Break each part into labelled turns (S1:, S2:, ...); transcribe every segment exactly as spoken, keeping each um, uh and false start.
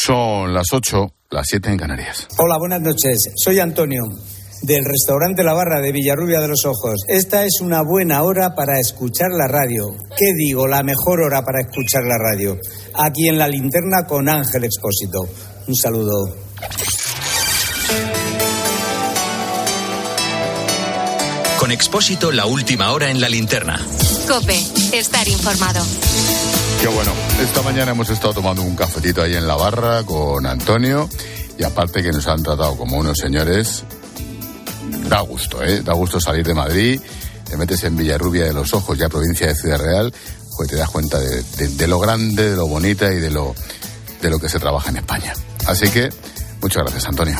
S1: Son las ocho, las siete en Canarias.
S2: Hola, buenas noches. Soy Antonio, del restaurante La Barra de Villarrubia de los Ojos. Esta es una buena hora para escuchar la radio. ¿Qué digo? La mejor hora para escuchar la radio. Aquí en La Linterna con Ángel Expósito. Un saludo.
S3: Con Expósito, la última hora en La Linterna.
S4: COPE, estar informado.
S1: Qué bueno. Esta mañana hemos estado tomando un cafetito ahí en La Barra con Antonio. Y aparte que nos han tratado como unos señores, da gusto, ¿eh? Da gusto salir de Madrid, te metes en Villarrubia de los Ojos, ya provincia de Ciudad Real, pues te das cuenta de, de, de lo grande, de lo bonita y de lo, de lo que se trabaja en España. Así que, muchas gracias, Antonio.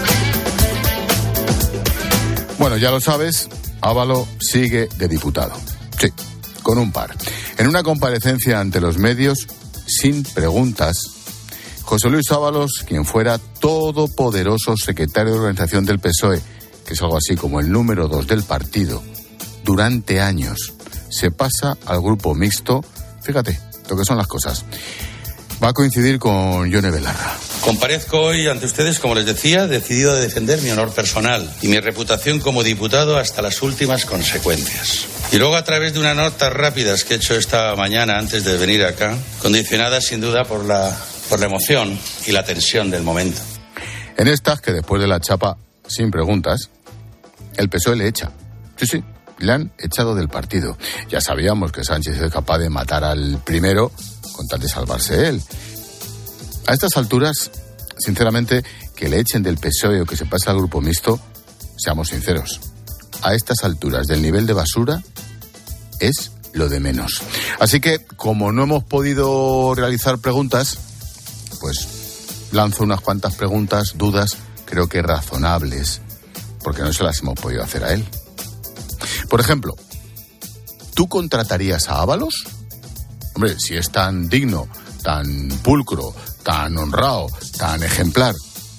S1: Bueno, ya lo sabes, Ábalos sigue de diputado. Sí, con un par. En una comparecencia ante los medios, sin preguntas, José Luis Ábalos, quien fuera todopoderoso secretario de organización del P S O E, que es algo así como el número dos del partido, durante años se pasa al grupo mixto. Fíjate lo que son las cosas. Va a coincidir con Yone Belarra.
S5: Comparezco hoy ante ustedes, como les decía, decidido a defender mi honor personal y mi reputación como diputado hasta las últimas consecuencias. Y luego, a través de unas notas rápidas que he hecho esta mañana antes de venir acá, condicionadas sin duda por la, por la emoción y la tensión del momento.
S1: En estas, que después de la chapa sin preguntas, el P S O E le echa. Sí, sí, le han echado del partido. Ya sabíamos que Sánchez es capaz de matar al primero con tal de salvarse él. A estas alturas, sinceramente, que le echen del P S O E o que se pase al grupo mixto, seamos sinceros, a estas alturas del nivel de basura es lo de menos. Así que, como no hemos podido realizar preguntas, pues lanzo unas cuantas preguntas, dudas, creo que razonables, porque no se las hemos podido hacer a él. Por ejemplo, ¿tú contratarías a Ábalos? Hombre, si es tan digno, tan pulcro, tan honrado, tan ejemplar,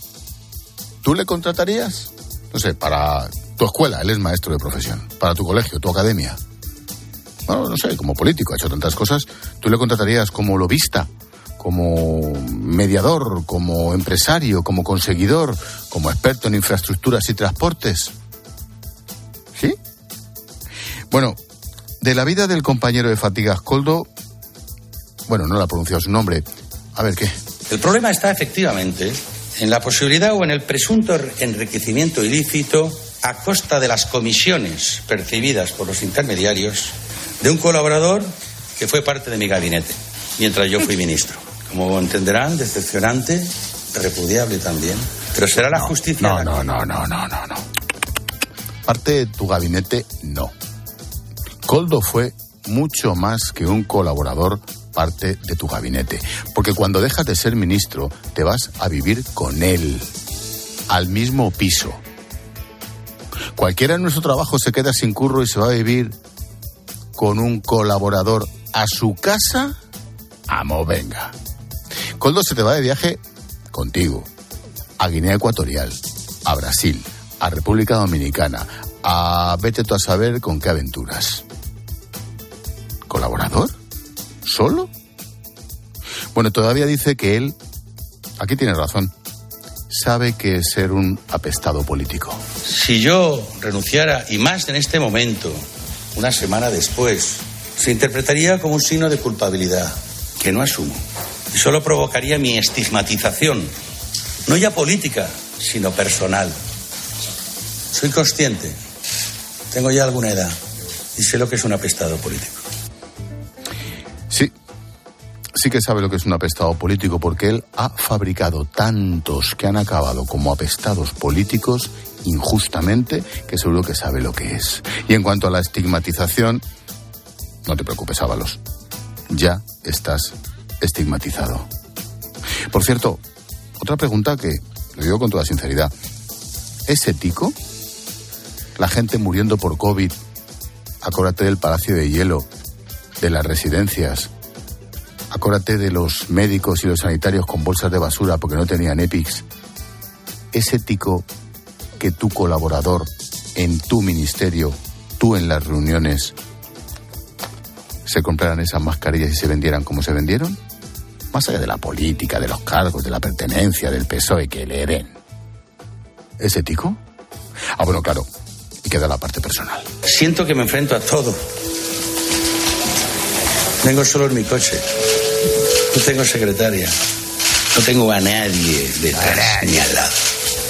S1: ¿tú le contratarías? No sé, para tu escuela, él es maestro de profesión, para tu colegio, tu academia. Bueno, no sé, como político, ha hecho tantas cosas, ¿tú le contratarías como lobista, como mediador, como empresario, como conseguidor, como experto en infraestructuras y transportes? ¿Sí? Bueno, de la vida del compañero de Fatigas Koldo, bueno, no le ha pronunciado su nombre. A ver, ¿qué?
S5: El problema está efectivamente en la posibilidad o en el presunto enriquecimiento ilícito a costa de las comisiones percibidas por los intermediarios de un colaborador que fue parte de mi gabinete mientras yo fui ministro. Como entenderán, decepcionante, repudiable también, pero será la justicia.
S1: No, no, no, no, no, no, no. Parte de tu gabinete, no. Koldo fue mucho más que un colaborador parte de tu gabinete, porque cuando dejas de ser ministro te vas a vivir con él, al mismo piso. Cualquiera en nuestro trabajo se queda sin curro y se va a vivir con un colaborador a su casa. Amo, venga. Koldo se te va de viaje contigo, a Guinea Ecuatorial, a Brasil, a República Dominicana, a vete tú a saber con qué aventuras. ¿Colaborador? ¿Solo? Bueno, todavía dice que él, aquí tiene razón, sabe que es ser un apestado político.
S5: Si yo renunciara, y más en este momento, una semana después, se interpretaría como un signo de culpabilidad que no asumo. Y solo provocaría mi estigmatización, no ya política, sino personal. Soy consciente, tengo ya alguna edad y sé lo que es un apestado político.
S1: Sí, sí que sabe lo que es un apestado político, porque él ha fabricado tantos que han acabado como apestados políticos injustamente, que seguro que sabe lo que es. Y en cuanto a la estigmatización, no te preocupes, Ábalos, ya estás estigmatizado. Por cierto, otra pregunta que le digo con toda sinceridad, ¿es ético? La gente muriendo por COVID, acuérdate del Palacio de Hielo, de las residencias, acuérdate de los médicos y los sanitarios con bolsas de basura porque no tenían EPIs. ¿Es ético que tu colaborador en tu ministerio, tú en las reuniones, se compraran esas mascarillas y se vendieran como se vendieron? más allá de la política, de los cargos, de la pertenencia, del P S O E que le den, ¿es ético? Ah, bueno, claro, y queda la parte personal.
S5: Siento que me enfrento a todo. Vengo solo en mi coche. No tengo secretaria. No tengo a nadie detrás ni al lado.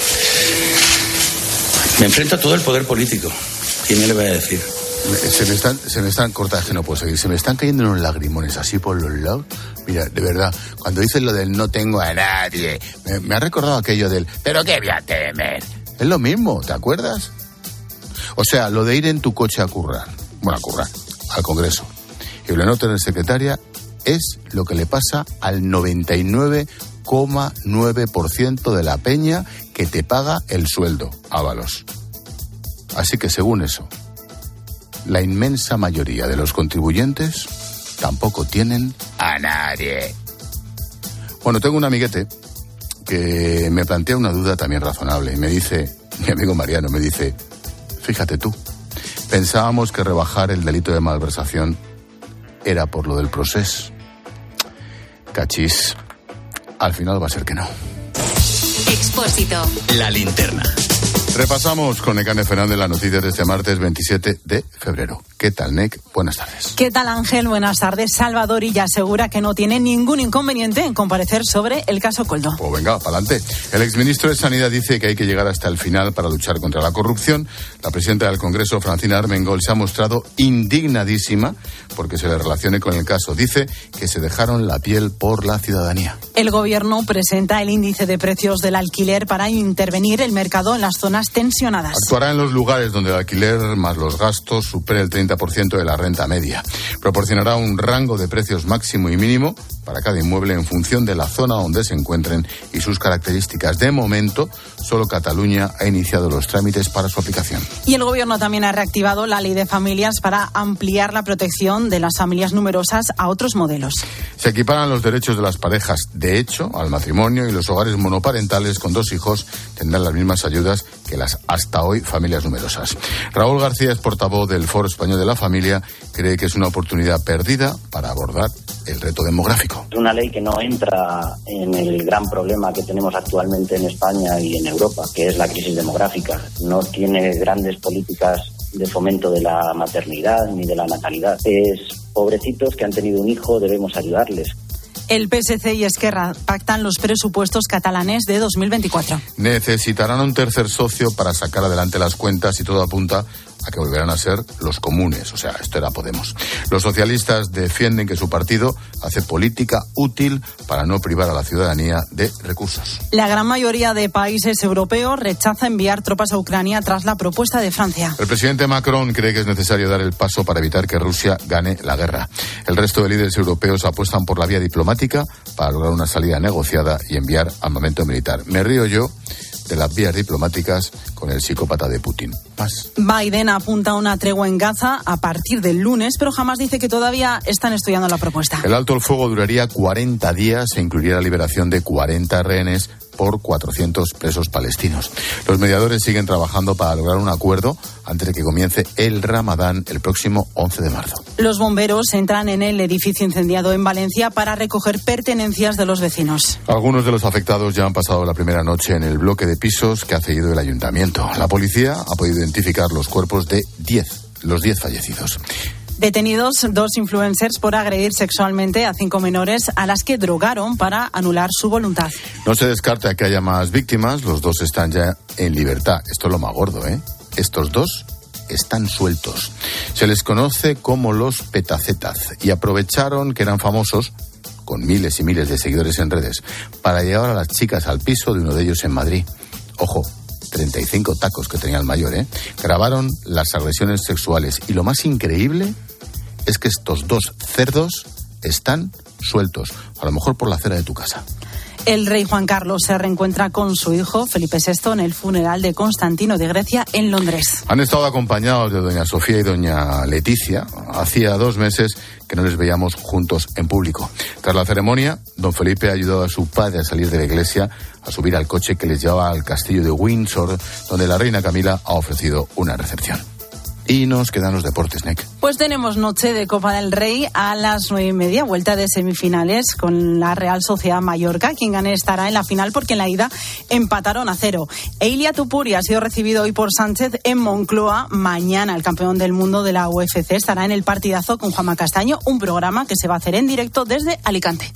S5: Me enfrento a todo el poder político. ¿Quién me le va a decir?
S1: Se me están, se me están cortas que no puedo seguir. Se me están cayendo unos lagrimones así por los lados. Mira, de verdad, cuando dices lo del no tengo a nadie, me, me ha recordado aquello del ¿pero qué voy a temer? Es lo mismo, ¿te acuerdas? O sea, lo de ir en tu coche a currar, bueno, a currar, al Congreso, y no tener secretaria, es lo que le pasa al noventa y nueve coma nueve por ciento de la peña que te paga el sueldo, Ábalos. Así que según eso, la inmensa mayoría de los contribuyentes tampoco tienen a nadie. Bueno, tengo un amiguete que me plantea una duda también razonable y me dice, mi amigo Mariano, me dice, fíjate tú, pensábamos que rebajar el delito de malversación era por lo del procés. Cachis, al final va a ser que no.
S4: Expósito.
S3: La linterna.
S1: Repasamos con Nekane Fernández las noticias de este martes veintisiete de febrero. ¿Qué tal, Nek? Buenas tardes.
S6: ¿Qué tal, Ángel? Buenas tardes. Salvador Illa asegura que no tiene ningún inconveniente en comparecer sobre el caso Koldo.
S1: Pues venga, para adelante. El exministro de Sanidad dice que hay que llegar hasta el final para luchar contra la corrupción. La presidenta del Congreso, Francina Armengol, se ha mostrado indignadísima porque se le relacione con el caso. Dice que se dejaron la piel por la ciudadanía.
S6: El gobierno presenta el índice de precios del alquiler para intervenir el mercado en las zonas tensionadas.
S1: Actuará en los lugares donde el alquiler más los gastos supere el treinta por ciento de la renta media. Proporcionará un rango de precios máximo y mínimo para cada inmueble en función de la zona donde se encuentren y sus características. De momento, solo Cataluña ha iniciado los trámites para su aplicación.
S6: Y el gobierno también ha reactivado la ley de familias para ampliar la protección de las familias numerosas a otros modelos.
S1: Se equiparan los derechos de las parejas de hecho al matrimonio y los hogares monoparentales con dos hijos tendrán las mismas ayudas que las hasta hoy familias numerosas. Raúl García es portavoz del Foro Español de la Familia, cree que es una oportunidad perdida para abordar el reto demográfico.
S7: Es una ley que no entra en el gran problema que tenemos actualmente en España y en Europa, que es la crisis demográfica. No tiene grandes políticas de fomento de la maternidad ni de la natalidad. Es pobrecitos que han tenido un hijo, debemos ayudarles.
S6: El P S C y Esquerra pactan los presupuestos catalanes de dos mil veinticuatro.
S1: Necesitarán un tercer socio para sacar adelante las cuentas y todo apunta a que volverán a ser los comunes, o sea, esto era Podemos. Los socialistas defienden que su partido hace política útil para no privar a la ciudadanía de recursos.
S6: La gran mayoría de países europeos rechaza enviar tropas a Ucrania tras la propuesta de Francia.
S1: El presidente Macron cree que es necesario dar el paso para evitar que Rusia gane la guerra. El resto de líderes europeos apuestan por la vía diplomática para lograr una salida negociada y enviar armamento militar. Me río yo de las vías diplomáticas con el psicópata de Putin. Más.
S6: Biden apunta a una tregua en Gaza a partir del lunes, pero jamás dice que todavía están estudiando la propuesta.
S1: El alto el fuego duraría cuarenta días e incluiría la liberación de cuarenta rehenes por cuatrocientos presos palestinos. Los mediadores siguen trabajando para lograr un acuerdo antes de que comience el Ramadán el próximo once de marzo.
S6: Los bomberos entran en el edificio incendiado en Valencia para recoger pertenencias de los vecinos.
S1: Algunos de los afectados ya han pasado la primera noche en el bloque de pisos que ha cedido el ayuntamiento. La policía ha podido identificar los cuerpos de diez, los diez fallecidos.
S6: Detenidos dos influencers por agredir sexualmente a cinco menores a las que drogaron para anular su voluntad.
S1: No se descarta que haya más víctimas, los dos están ya en libertad. Esto es lo más gordo, ¿eh? Estos dos están sueltos. Se les conoce como los petacetas y aprovecharon que eran famosos, con miles y miles de seguidores en redes, para llevar a las chicas al piso de uno de ellos en Madrid. Ojo, treinta y cinco tacos que tenía el mayor, ¿eh? Grabaron las agresiones sexuales y lo más increíble es que estos dos cerdos están sueltos, a lo mejor por la acera de tu casa.
S6: El rey Juan Carlos se reencuentra con su hijo Felipe sexto en el funeral de Constantino de Grecia en Londres.
S1: Han estado acompañados de doña Sofía y doña Leticia. Hacía dos meses que no les veíamos juntos en público. Tras la ceremonia, don Felipe ha ayudado a su padre a salir de la iglesia, a subir al coche que les llevaba al castillo de Windsor, donde la reina Camila ha ofrecido una recepción. Y nos quedan los deportes, Nick.
S6: Pues tenemos noche de Copa del Rey a las nueve y media, vuelta de semifinales con la Real Sociedad Mallorca. Quien gane estará en la final porque en la ida empataron a cero. Ilia Topuria ha sido recibido hoy por Sánchez en Moncloa. Mañana el campeón del mundo de la U F C estará en el partidazo con Juanma Castaño, un programa que se va a hacer en directo desde Alicante.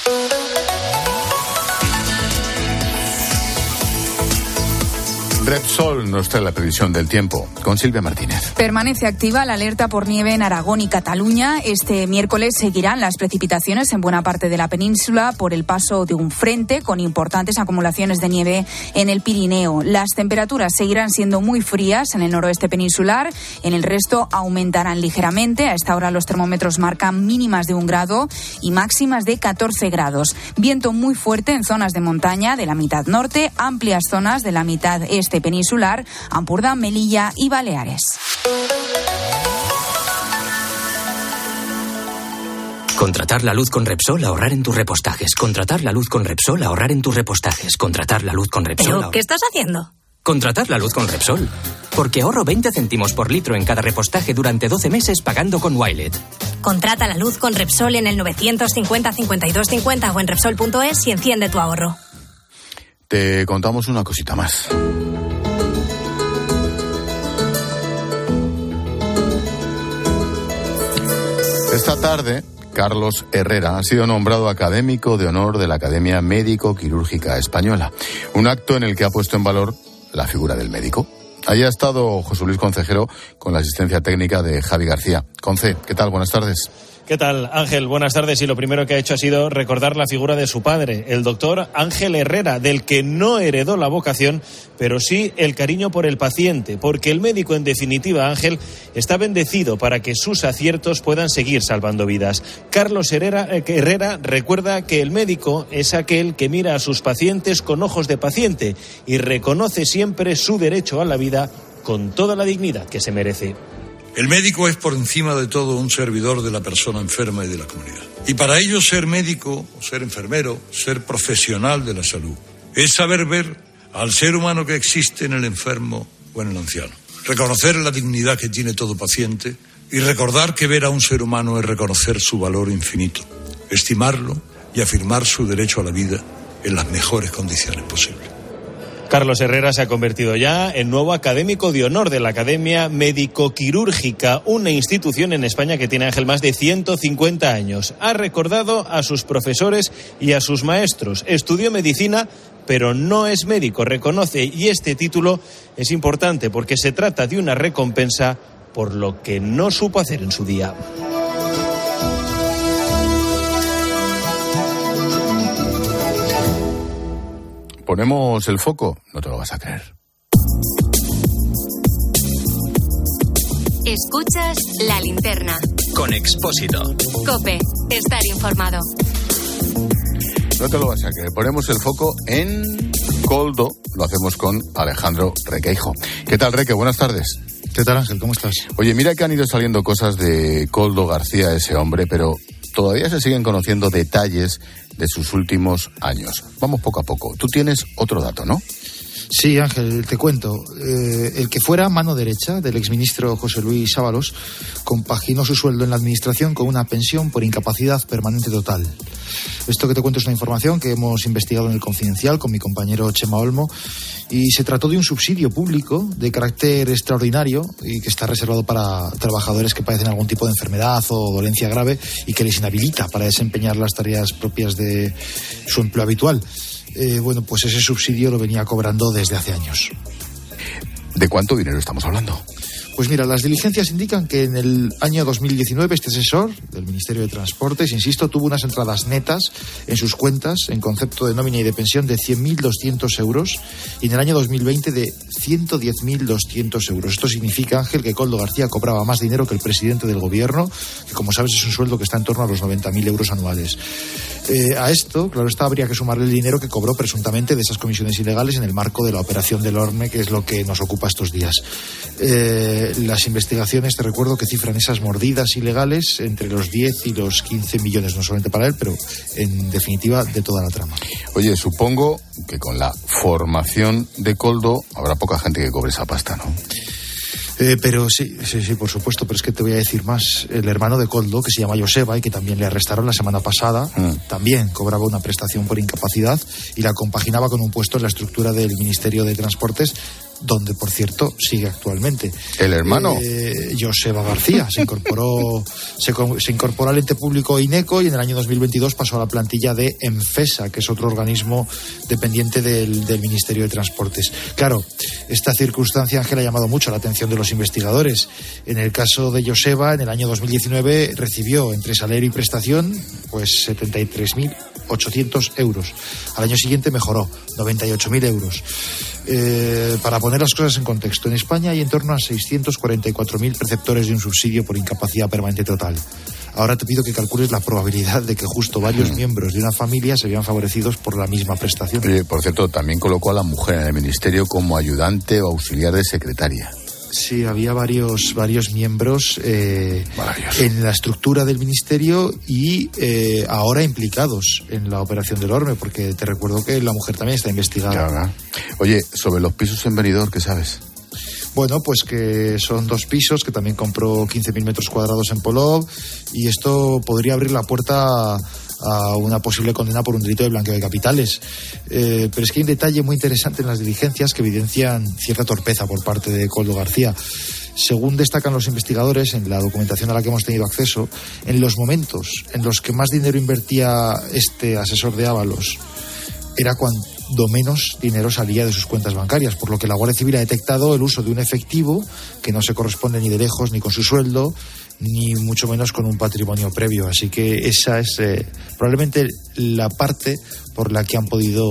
S1: Repsol nos trae la previsión del tiempo con Silvia Martínez.
S8: Permanece activa la alerta por nieve en Aragón y Cataluña. Este miércoles seguirán las precipitaciones en buena parte de la península por el paso de un frente con importantes acumulaciones de nieve en el Pirineo. Las temperaturas seguirán siendo muy frías en el noroeste peninsular. En el resto aumentarán ligeramente. A esta hora los termómetros marcan mínimas de un grado y máximas de catorce grados. Viento muy fuerte en zonas de montaña de la mitad norte, amplias zonas de la mitad este peninsular, Ampurdán, Melilla y Baleares.
S9: Contratar la luz con Repsol, ahorrar en tus repostajes. Contratar la luz con Repsol, ahorrar en tus repostajes. Contratar la luz con Repsol.
S10: ¿Pero
S9: ahor...
S10: qué estás haciendo?
S9: Contratar la luz con Repsol. Porque ahorro veinte céntimos por litro en cada repostaje durante doce meses pagando con Wilet.
S10: Contrata la luz con Repsol en el novecientos cincuenta cincuenta y dos cincuenta o en Repsol punto es y enciende tu ahorro.
S1: Te contamos una cosita más. Esta tarde, Carlos Herrera ha sido nombrado académico de honor de la Academia Médico-Quirúrgica Española, un acto en el que ha puesto en valor la figura del médico. Allí ha estado José Luis Concejero con la asistencia técnica de Javi García. Conce, ¿qué tal? Buenas tardes.
S11: ¿Qué tal, Ángel? Buenas tardes. Y lo primero que ha hecho ha sido recordar la figura de su padre, el doctor Ángel Herrera, del que no heredó la vocación, pero sí el cariño por el paciente, porque el médico, en definitiva, Ángel, está bendecido para que sus aciertos puedan seguir salvando vidas. Carlos Herrera, eh, Herrera recuerda que el médico es aquel que mira a sus pacientes con ojos de paciente y reconoce siempre su derecho a la vida con toda la dignidad que se merece.
S12: El médico es por encima de todo un servidor de la persona enferma y de la comunidad. Y para ello ser médico, ser enfermero, ser profesional de la salud, es saber ver al ser humano que existe en el enfermo o en el anciano. Reconocer la dignidad que tiene todo paciente y recordar que ver a un ser humano es reconocer su valor infinito, estimarlo y afirmar su derecho a la vida en las mejores condiciones posibles.
S11: Carlos Herrera se ha convertido ya en nuevo académico de honor de la Academia Médico-Quirúrgica, una institución en España que tiene, Ángel, más de ciento cincuenta años. Ha recordado a sus profesores y a sus maestros. Estudió medicina, pero no es médico, reconoce, y este título es importante porque se trata de una recompensa por lo que no supo hacer en su día.
S1: Ponemos el foco, no te lo vas a creer.
S4: Escuchas La Linterna.
S3: Con Expósito.
S4: COPE. Estar informado.
S1: No te lo vas a creer. Ponemos el foco en Koldo. Lo hacemos con Alejandro Requeijo. ¿Qué tal, Reque? Buenas tardes.
S13: ¿Qué tal, Ángel? ¿Cómo estás?
S1: Oye, mira que han ido saliendo cosas de Koldo García, ese hombre, pero todavía se siguen conociendo detalles de sus últimos años. Vamos poco a poco. Tú tienes otro dato, ¿no?
S13: Sí, Ángel, te cuento. Eh, el que fuera mano derecha del exministro José Luis Ábalos compaginó su sueldo en la administración con una pensión por incapacidad permanente total. Esto que te cuento es una información que hemos investigado en El Confidencial con mi compañero Chema Olmo y se trató de un subsidio público de carácter extraordinario y que está reservado para trabajadores que padecen algún tipo de enfermedad o dolencia grave y que les inhabilita para desempeñar las tareas propias de su empleo habitual. Eh, bueno, pues ese subsidio lo venía cobrando desde hace años.
S1: ¿De cuánto dinero estamos hablando?
S13: Pues mira, las diligencias indican que en el año dos mil diecinueve este asesor del Ministerio de Transportes, insisto, tuvo unas entradas netas en sus cuentas en concepto de nómina y de pensión de cien mil doscientos euros y en el año dos mil veinte de ciento diez mil doscientos euros. Esto significa, Ángel, que Koldo García cobraba más dinero que el presidente del gobierno, que como sabes es un sueldo que está en torno a los noventa mil euros anuales. Eh, a esto, claro está, habría que sumarle el dinero que cobró presuntamente de esas comisiones ilegales en el marco de la operación del Orme, que es lo que nos ocupa estos días. Eh, las investigaciones, te recuerdo, que cifran esas mordidas ilegales entre los diez y los quince millones, no solamente para él, pero en definitiva de toda la trama.
S1: Oye, supongo que con la formación de Koldo habrá poca gente que cobre esa pasta, ¿no?
S13: Eh, pero sí, sí, sí, por supuesto, pero es que te voy a decir más. El hermano de Koldo, que se llama Joseba y que también le arrestaron la semana pasada, mm. también cobraba una prestación por incapacidad y la compaginaba con un puesto en la estructura del Ministerio de Transportes, donde, por cierto, sigue actualmente.
S1: ¿El hermano?
S13: Eh, Joseba García se incorporó se, se incorporó al ente público INECO y en el año dos mil veintidós pasó a la plantilla de ENFESA, que es otro organismo dependiente del, del Ministerio de Transportes. Claro, esta circunstancia, Ángel, ha llamado mucho la atención de los investigadores. En el caso de Joseba, en el año dos mil diecinueve recibió entre salario y prestación pues setenta y tres mil ochocientos euros. Al año siguiente mejoró, noventa y ocho mil euros. Eh, para poner las cosas en contexto, en España hay en torno a seiscientos cuarenta y cuatro mil perceptores de un subsidio por incapacidad permanente total. Ahora te pido que calcules la probabilidad de que justo varios mm. miembros de una familia se vean favorecidos por la misma prestación.
S1: Eh, por cierto, también colocó a la mujer en el ministerio como ayudante o auxiliar de secretaria.
S13: Sí, había varios varios miembros eh, en la estructura del ministerio y eh, ahora implicados en la operación del Orme, porque te recuerdo que la mujer también está investigada.
S1: Claro. Oye, sobre los pisos en Benidorm, ¿qué sabes?
S13: Bueno, pues que son dos pisos, que también compró quince mil metros cuadrados en Polov, y esto podría abrir la puerta a, a una posible condena por un delito de blanqueo de capitales. Eh, pero es que hay un detalle muy interesante en las diligencias que evidencian cierta torpeza por parte de Koldo García. Según destacan los investigadores en la documentación a la que hemos tenido acceso, en los momentos en los que más dinero invertía este asesor de Ábalos era cuando menos dinero salía de sus cuentas bancarias, por lo que la Guardia Civil ha detectado el uso de un efectivo que no se corresponde ni de lejos ni con su sueldo, ni mucho menos con un patrimonio previo. Así que esa es eh, probablemente la parte por la que han podido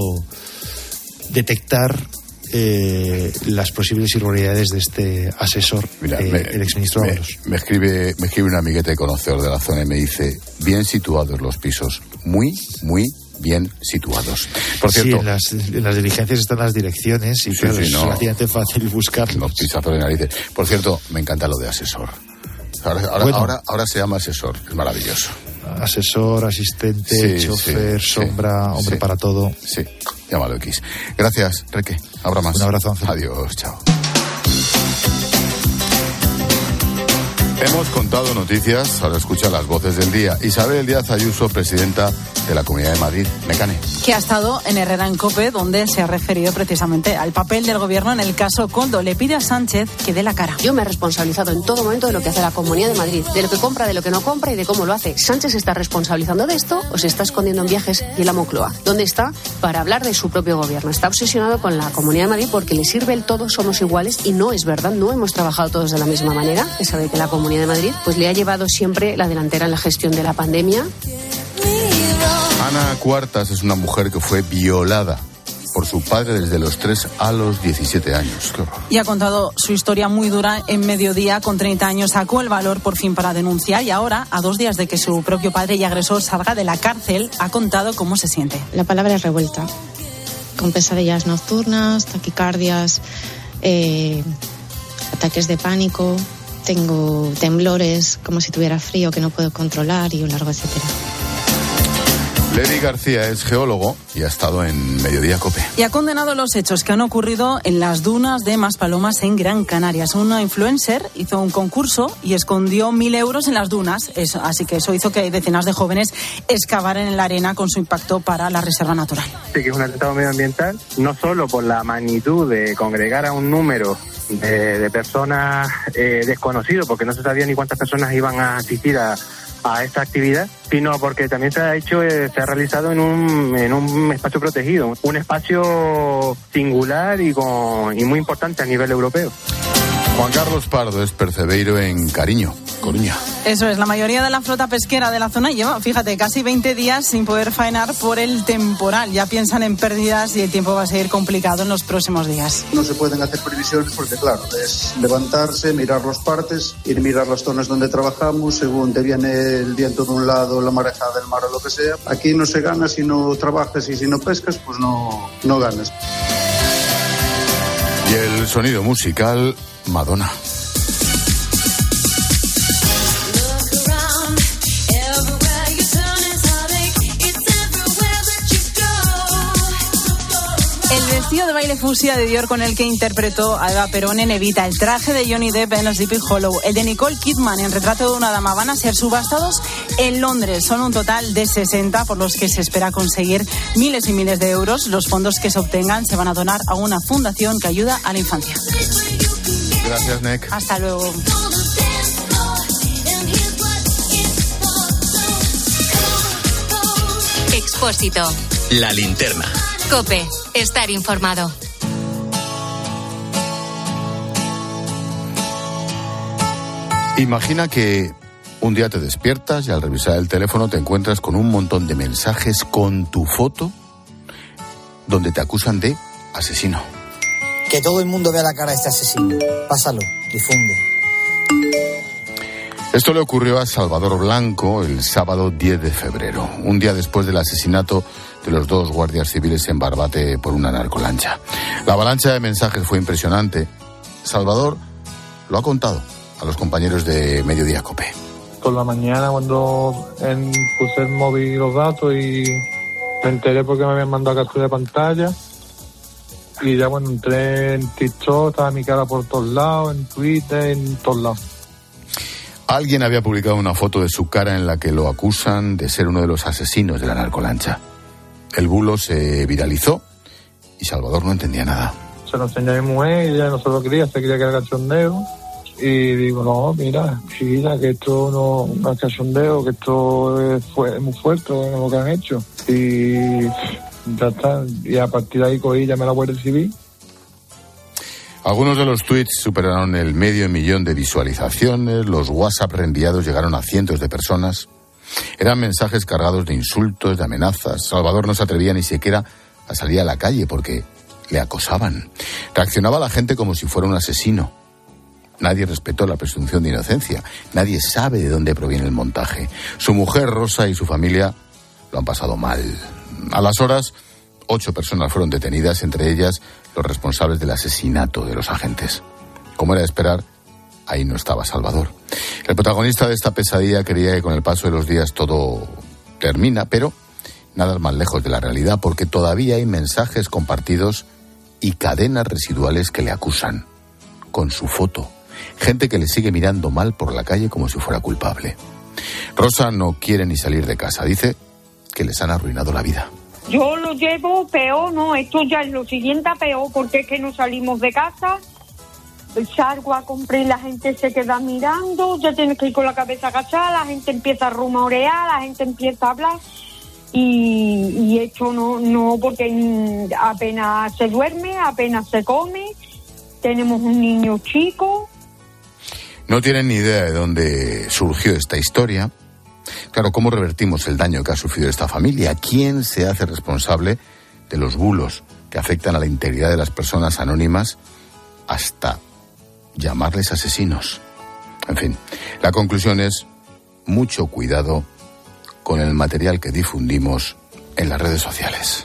S13: detectar eh, las posibles irregularidades de este asesor, Mira, eh, me, el exministro
S1: me,
S13: Ábalos.
S1: Me escribe, me escribe un amiguete conocedor de la zona y me dice, bien situados los pisos, muy, muy bien situados. Por cierto,
S13: sí, en las, en las diligencias están las direcciones y sí, claro, sí, es no, relativamente fácil buscarlos.
S1: Los pisazos de narices. Por cierto, me encanta lo de asesor. Ahora, ahora, bueno, ahora, ahora se llama asesor, es maravilloso.
S13: Asesor, asistente, sí, chofer, sí, sombra, sí, hombre sí, para todo.
S1: Sí, llámalo X. Gracias, Reque. Habrá más.
S13: Un abrazo, Ángel.
S1: Adiós, chao. Hemos contado noticias, ahora escucha las voces del día. Isabel Díaz Ayuso, presidenta de la Comunidad de Madrid, Mecane.
S6: Que ha estado en Herrera en COPE, donde se ha referido precisamente al papel del gobierno en el caso Koldo. Le pide a Sánchez que dé la cara.
S14: Yo me he responsabilizado en todo momento de lo que hace la Comunidad de Madrid, de lo que compra, de lo que no compra y de cómo lo hace. ¿Sánchez se está responsabilizando de esto o se está escondiendo en viajes y en la Moncloa? ¿Dónde está para hablar de su propio gobierno? Está obsesionado con la Comunidad de Madrid porque le sirve el todos somos iguales y no es verdad. No hemos trabajado todos de la misma manera. Se sabe que la Comunidad de Madrid pues le ha llevado siempre la delantera en la gestión de la pandemia.
S1: Ana Cuartas es una mujer que fue violada por su padre desde los tres a los diecisiete años.
S6: Y ha contado su historia muy dura en Mediodía. Con treinta años sacó el valor por fin para denunciar y ahora, a dos días de que su propio padre y agresor salga de la cárcel, ha contado cómo se siente.
S15: La palabra es revuelta, con pesadillas nocturnas, taquicardias, eh, ataques de pánico. Tengo temblores, como si tuviera frío que no puedo controlar y un largo etcétera.
S1: Levi García es geólogo y ha estado en Mediodía COPE.
S6: Y ha condenado los hechos que han ocurrido en las dunas de Maspalomas en Gran Canaria. Una influencer hizo un concurso y escondió mil euros en las dunas. Eso, así que eso hizo que decenas de jóvenes excavaran en la arena con su impacto para la reserva natural.
S16: Sí, que es un atentado medioambiental, no solo por la magnitud de congregar a un número de, de personas eh, desconocidos, porque no se sabía ni cuántas personas iban a asistir a a esta actividad, sino porque también se ha hecho, eh, se ha realizado en un en un espacio protegido, un espacio singular y con y muy importante a nivel europeo.
S1: Juan Carlos Pardo es percebeiro en Cariño, Coruña.
S6: Eso es, la mayoría de la flota pesquera de la zona lleva, fíjate, casi veinte días sin poder faenar por el temporal. Ya piensan en pérdidas y el tiempo va a seguir complicado en los próximos días.
S17: No se pueden hacer previsiones porque, claro, es levantarse, mirar los partes, ir mirar las zonas donde trabajamos, según te viene el viento de un lado, la marejada del mar o lo que sea. Aquí no se gana si no trabajas y si no pescas, pues no, no ganas.
S1: Y el sonido musical, Madonna.
S6: El vestido de baile fucsia de Dior con el que interpretó a Eva Perón en Evita, el traje de Johnny Depp en Sleepy Hollow, el de Nicole Kidman en Retrato de una dama van a ser subastados en Londres. Son un total de sesenta por los que se espera conseguir miles y miles de euros. Los fondos que se obtengan se van a donar a una fundación que ayuda a la infancia.
S1: Gracias, Nek.
S6: Hasta luego.
S4: Expósito.
S3: La linterna.
S4: COPE. Estar informado.
S1: Imagina que un día te despiertas y al revisar el teléfono te encuentras con un montón de mensajes con tu foto donde te acusan de asesino.
S18: Que todo el mundo vea la cara de este asesino. Pásalo, difunde.
S1: Esto le ocurrió a Salvador Blanco el sábado diez de febrero, un día después del asesinato de los dos guardias civiles en Barbate por una narcolancha. La avalancha de mensajes fue impresionante. Salvador lo ha contado a los compañeros de Mediodía COPE.
S19: Por la mañana, cuando en, puse el móvil y los datos y me enteré porque me habían mandado captura de pantalla. Y ya bueno, entré en TikTok, estaba mi cara por todos lados, en Twitter, en todos lados.
S1: Alguien había publicado una foto de su cara en la que lo acusan de ser uno de los asesinos de la narcolancha. El bulo se viralizó y Salvador no entendía nada.
S19: Se lo enseñé a mi mujer y ella no se lo quería, se quería que era cachondeo. Y digo, no, mira, chiquita, que esto no, no es cachondeo, que esto es, fue, es muy fuerte lo que han hecho. Y ya está. Y a partir de ahí cogí, llamé a la Guardia Civil.
S1: Algunos de los tweets superaron el medio millón de visualizaciones, los WhatsApp reenviados llegaron a cientos de personas. Eran mensajes cargados de insultos, de amenazas. Salvador no se atrevía ni siquiera a salir a la calle porque le acosaban. Reaccionaba la gente como si fuera un asesino. Nadie respetó la presunción de inocencia. Nadie sabe de dónde proviene el montaje. Su mujer, Rosa, y su familia lo han pasado mal. A las horas, ocho personas fueron detenidas, entre ellas los responsables del asesinato de los agentes. Como era de esperar, ahí no estaba Salvador. El protagonista de esta pesadilla creía que con el paso de los días todo termina, pero nada más lejos de la realidad, porque todavía hay mensajes compartidos y cadenas residuales que le acusan, con su foto. Gente que le sigue mirando mal por la calle como si fuera culpable. Rosa no quiere ni salir de casa. Dice que les han arruinado la vida.
S20: Yo lo llevo peor, no, esto ya es lo siguiente a peor, porque es que no salimos de casa, salgo a comprar y la gente se queda mirando, ya tienes que ir con la cabeza agachada, la gente empieza a rumorear, la gente empieza a hablar, y, y esto no, no, porque apenas se duerme, apenas se come, tenemos un niño chico.
S1: No tienen ni idea de dónde surgió esta historia. Claro, ¿cómo revertimos el daño que ha sufrido esta familia? ¿Quién se hace responsable de los bulos que afectan a la integridad de las personas anónimas hasta llamarles asesinos? En fin, la conclusión es mucho cuidado con el material que difundimos en las redes sociales.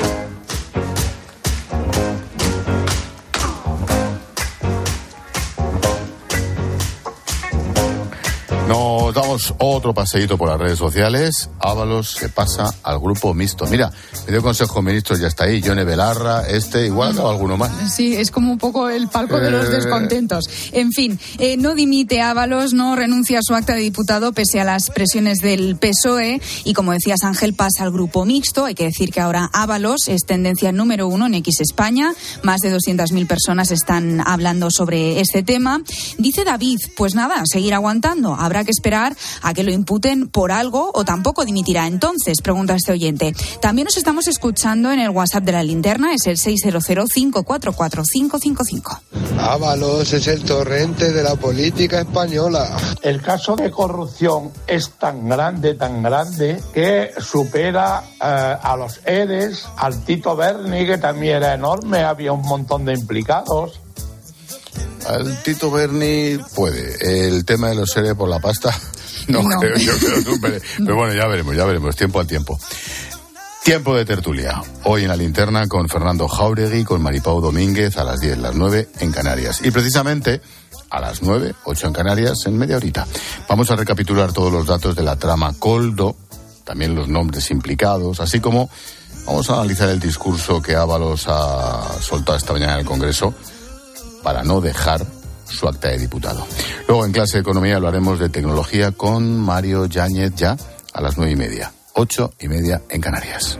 S1: Nos damos otro paseíto por las redes sociales. Ábalos se pasa al grupo mixto. Mira, me dio Consejo de Ministros, ya está ahí. Yone Belarra, este, igual acaba alguno más.
S8: Sí, es como un poco el palco de los descontentos. En fin, eh, no dimite Ábalos, no renuncia a su acta de diputado pese a las presiones del P S O E. Y como decías, Ángel, pasa al grupo mixto. Hay que decir que ahora Ábalos es tendencia número uno en X España. Más de doscientas mil personas están hablando sobre este tema. Dice David, pues nada, seguir aguantando. Habrá que esperar a que lo imputen por algo o tampoco dimitirá entonces, pregunta este oyente. También nos estamos escuchando en el WhatsApp de La Linterna, es el seis cero cero, cinco cuatro cuatro, cinco cinco cinco.
S21: Ábalos es el torrente de la política española.
S22: El caso de corrupción es tan grande, tan grande, que supera eh, a los ERES, al Tito Berni, que también era enorme, había un montón de implicados.
S1: Al Tito Berni puede. El tema de los seres por la pasta, no, no. creo, yo creo que supere. Pero bueno, ya veremos, ya veremos, tiempo al tiempo. Tiempo de tertulia. Hoy en La Linterna con Fernando Jáuregui, con Maripau Domínguez a las diez, las nueve en Canarias. Y precisamente a las nueve, ocho en Canarias, en media horita. Vamos a recapitular todos los datos de la trama Coldo, también los nombres implicados, así como Vamos a analizar el discurso que Ábalos ha soltado esta mañana en el Congreso para no dejar su acta de diputado. Luego, en clase de economía, hablaremos de tecnología con Mario Yáñez, ya a las nueve y media, ocho y media en Canarias.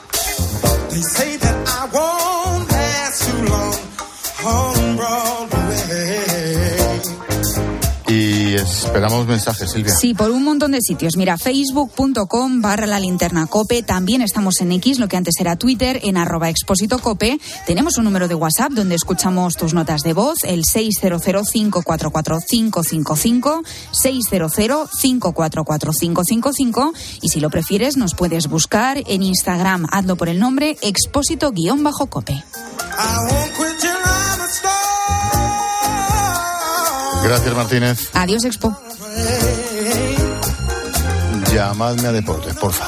S1: Y esperamos mensajes, Silvia.
S8: Sí, por un montón de sitios. Mira, facebook.com barra la linterna cope. También estamos en X, lo que antes era Twitter, en arroba expósito cope. Tenemos un número de WhatsApp donde escuchamos tus notas de voz, el seis cero cero, cinco cuatro cuatro, cinco cinco cinco, seis cero cero, cinco cuatro cuatro, cinco cinco cinco. Y si lo prefieres, nos puedes buscar en Instagram. Hazlo por el nombre expósito-cope.
S1: Gracias, Martínez.
S8: Adiós, Expo.
S1: Llamadme a Deportes, porfa.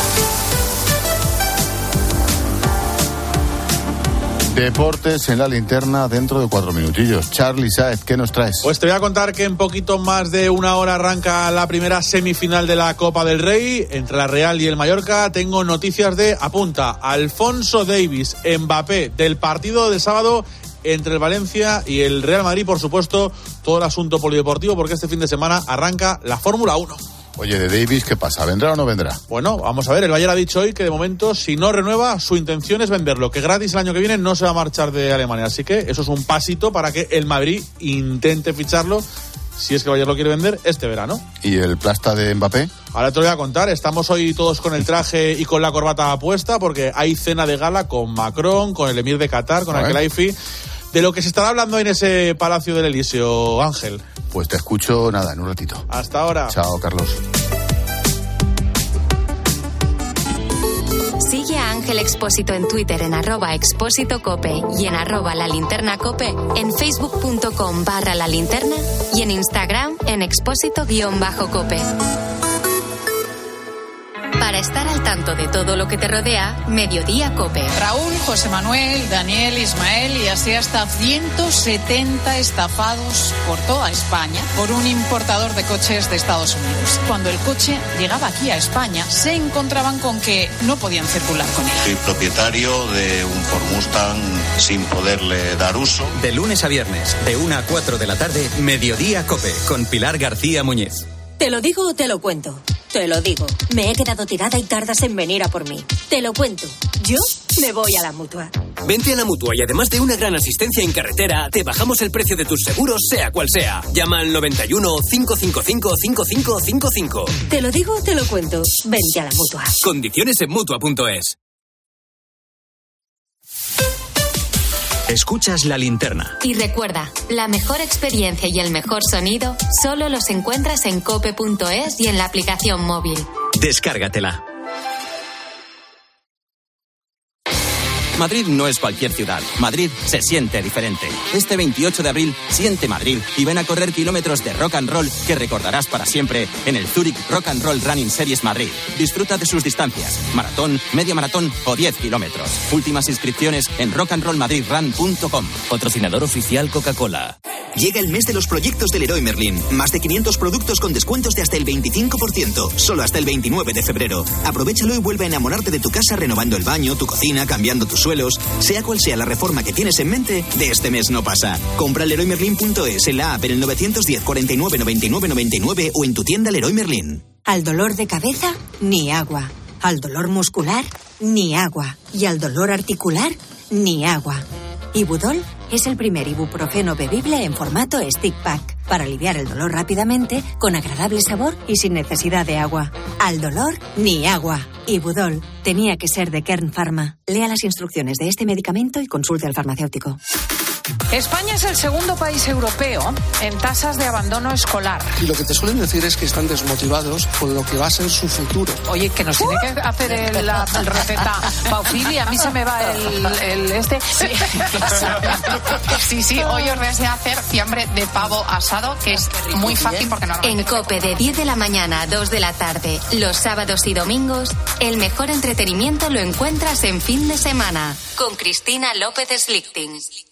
S1: Deportes en la linterna dentro de cuatro minutillos. Charly Sáez, ¿qué nos traes?
S2: Pues te voy a contar que en poquito más de una hora arranca la primera semifinal de la Copa del Rey entre la Real y el Mallorca. Tengo noticias de apunta. Alfonso Davies, Mbappé, del partido de sábado entre el Valencia y el Real Madrid, por supuesto, todo el asunto polideportivo, porque este fin de semana arranca la Fórmula uno.
S1: Oye, de Davies, ¿qué pasa? ¿Vendrá o no vendrá?
S2: Bueno, vamos a ver, el Bayern ha dicho hoy que de momento, si no renueva, su intención es venderlo, que gratis el año que viene no se va a marchar de Alemania, así que eso es un pasito para que el Madrid intente ficharlo, si es que el Bayern lo quiere vender, este verano.
S1: ¿Y el plasta de Mbappé?
S2: Ahora te lo voy a contar, estamos hoy todos con el traje y con la corbata puesta, porque hay cena de gala con Macron, con el emir de Qatar, con Al-Khelaifi. De lo que se estará hablando en ese Palacio del Elíseo, Ángel.
S1: Pues te escucho, nada, en un ratito.
S2: Hasta ahora.
S1: Chao, Carlos.
S4: Sigue a Ángel Expósito en Twitter en arroba expósito cope y en arroba la linterna cope, en facebook.com barra la linterna y en Instagram en expósito guión bajo cope. Para estar al tanto de todo lo que te rodea, Mediodía Cope.
S5: Raúl, José Manuel, Daniel, Ismael y así hasta ciento setenta estafados por toda España por un importador de coches de Estados Unidos. Cuando el coche llegaba aquí a España, se encontraban con que no podían circular con él.
S23: Soy propietario de un Ford Mustang sin poderle dar uso.
S3: De lunes a viernes, de una a cuatro de la tarde, Mediodía Cope, con Pilar García Muñiz.
S10: ¿Te lo digo o te lo cuento? Te lo digo. Me he quedado tirada y tardas en venir a por mí. Te lo cuento. Yo me voy a la Mutua.
S9: Vente a la Mutua y además de una gran asistencia en carretera, te bajamos el precio de tus seguros, sea cual sea. Llama al noventa y uno, cinco cinco cinco, cinco cinco cinco cinco.
S10: Te lo digo o te lo cuento. Vente a la Mutua.
S9: Condiciones en Mutua punto es.
S3: Escuchas La Linterna.
S4: Y recuerda, la mejor experiencia y el mejor sonido solo los encuentras en cope punto es y en la aplicación móvil.
S3: Descárgatela. Madrid no es cualquier ciudad. Madrid se siente diferente. Este veintiocho de abril, siente Madrid y ven a correr kilómetros de rock and roll que recordarás para siempre en el Zurich Rock and Roll Running Series Madrid. Disfruta de sus distancias, maratón, media maratón o diez kilómetros. Últimas inscripciones en rock and roll madrid run punto com.
S9: Patrocinador oficial Coca-Cola.
S24: Llega el mes de los proyectos del Leroy Merlin. Más de quinientos productos con descuentos de hasta el veinticinco por ciento. Solo hasta el veintinueve de febrero. Aprovéchalo y vuelve a enamorarte de tu casa renovando el baño, tu cocina, cambiando tus suelos. Sea cual sea la reforma que tienes en mente, de este mes no pasa. Compra leroy merlin punto es en la app en el nueve uno cero, cuarenta y nueve, noventa y nueve, noventa y nueve o en tu tienda Leroy Merlin.
S10: Al dolor de cabeza, ni agua. Al dolor muscular, ni agua. Y al dolor articular, ni agua. Ibudol es el primer ibuprofeno bebible en formato stick pack para aliviar el dolor rápidamente, con agradable sabor y sin necesidad de agua. Al dolor, ni agua. Ibudol tenía que ser de Kern Pharma. Lea las instrucciones de este medicamento y consulte al farmacéutico.
S5: España es el segundo país europeo en tasas de abandono escolar.
S25: Y lo que te suelen decir es que están desmotivados con lo que va a ser su futuro.
S5: Oye, que nos tiene que hacer el, la el receta Paufili, a mí se me va el, el este.
S26: Sí. sí, sí, hoy os voy a hacer fiambre de pavo asado, que es muy fácil porque no...
S4: En COPE de diez de la mañana a dos de la tarde, los sábados y domingos, el mejor entretenimiento lo encuentras en fin de semana, con Cristina López Slichting.